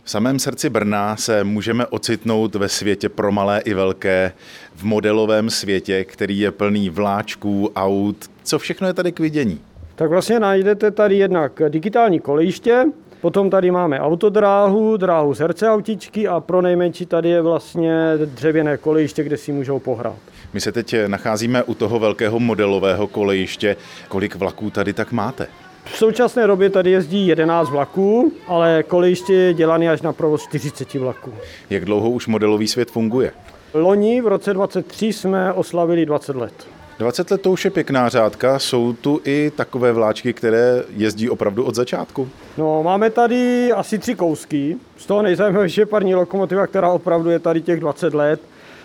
V samém srdci Brna se můžeme ocitnout ve světě pro malé i velké, v modelovém světě, který je plný vláčků, aut. Co všechno je tady k vidění? Tak vlastně najdete tady jednak digitální kolejiště, potom tady máme autodráhu, dráhu srdce autičky a pro nejmenší tady je vlastně dřevěné kolejiště, kde si můžou pohrát. My se teď nacházíme u toho velkého modelového kolejiště. Kolik vlaků tady tak máte? V současné době tady jezdí 11 vlaků, ale kolejiště je dělané až na provoz 40 vlaků. Jak dlouho už modelový svět funguje? Loni v roce 2023 jsme oslavili 20 let. 20 let to už je pěkná řádka, jsou tu i takové vláčky, které jezdí opravdu od začátku? No, máme tady asi 3 kousky, z toho nejzajímavější je parní lokomotiva, která opravdu je tady těch 20 let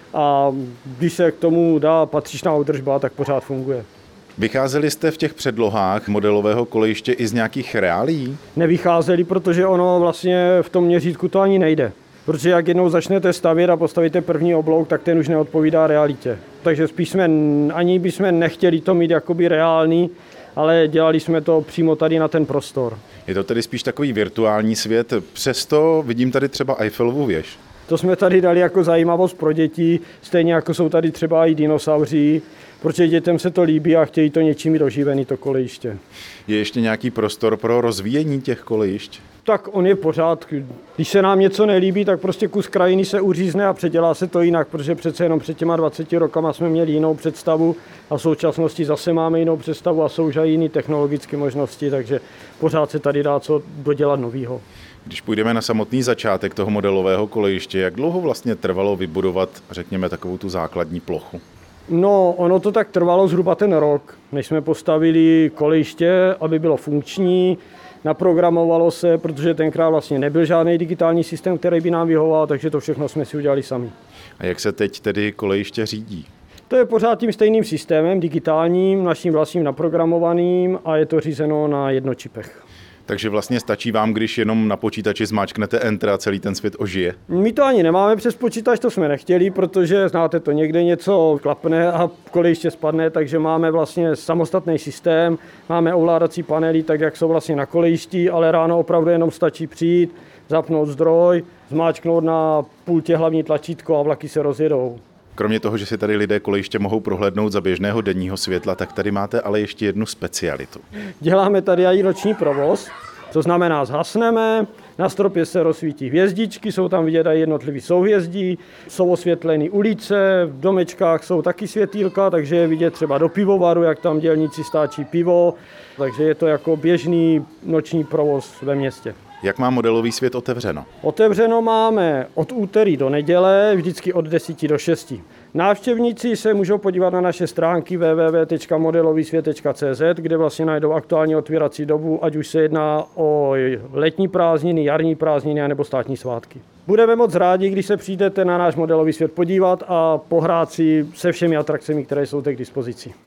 a když se k tomu dá patřičná údržba, tak pořád funguje. Vycházeli jste v těch předlohách modelového kolejiště i z nějakých reálií? Nevycházeli, protože ono vlastně v tom měřítku to ani nejde. Protože jak jednou začnete stavět a postavíte první oblouk, tak ten už neodpovídá realitě. Takže spíš bychom nechtěli to mít jakoby reálný, ale dělali jsme to přímo tady na ten prostor. Je to tedy spíš takový virtuální svět, přesto vidím tady třeba Eiffelovu věž. To jsme tady dali jako zajímavost pro děti, stejně jako jsou tady třeba i dinosauři, protože dětem se to líbí a chtějí to něčím mít oživený, to kolejiště. Je ještě nějaký prostor pro rozvíjení těch kolejišť? Tak on je pořád. Když se nám něco nelíbí, tak prostě kus krajiny se uřízne a předělá se to jinak, protože přece jenom před těma 20 rokama jsme měli jinou představu a v současnosti zase máme jinou představu a jsou už jiné technologické možnosti, takže pořád se tady dá co dodělat novýho. Když půjdeme na samotný začátek toho modelového kolejiště, jak dlouho vlastně trvalo vybudovat, řekněme, takovou tu základní plochu? No, ono to tak trvalo zhruba ten rok, než jsme postavili kolejiště, aby bylo funkční. Naprogramovalo se, protože tenkrát vlastně nebyl žádný digitální systém, který by nám vyhovoval, takže to všechno jsme si udělali sami. A jak se teď tedy kolejiště řídí? To je pořád tím stejným systémem, digitálním, naším vlastním naprogramovaným a je to řízeno na jednočipech. Takže vlastně stačí vám, když jenom na počítači zmáčknete Enter a celý ten svět ožije? My to ani nemáme přes počítač, to jsme nechtěli, protože znáte to, někde něco klapne a kolejiště spadne, takže máme vlastně samostatný systém, máme ovládací panely, tak jak jsou vlastně na kolejišti, ale ráno opravdu jenom stačí přijít, zapnout zdroj, zmáčknout na pultě hlavní tlačítko a vlaky se rozjedou. Kromě toho, že si tady lidé kolejiště mohou prohlédnout za běžného denního světla, tak tady máte ale ještě jednu specialitu. Děláme tady i noční provoz, to znamená zhasneme, na stropě se rozsvítí hvězdičky, jsou tam vidět i jednotlivý souhvězdí, jsou osvětlené ulice, v domečkách jsou taky světýlka, takže je vidět třeba do pivovaru, jak tam dělníci stáčí pivo, takže je to jako běžný noční provoz ve městě. Jak má modelový svět otevřeno? Otevřeno máme od úterý do neděle, vždycky od 10 do 6. Návštěvníci se můžou podívat na naše stránky www.modelovysvět.cz, kde vlastně najdou aktuální otvírací dobu, ať už se jedná o letní prázdniny, jarní prázdniny nebo státní svátky. Budeme moc rádi, když se přijdete na náš modelový svět podívat a pohrát si se všemi atrakcemi, které jsou teď k dispozici.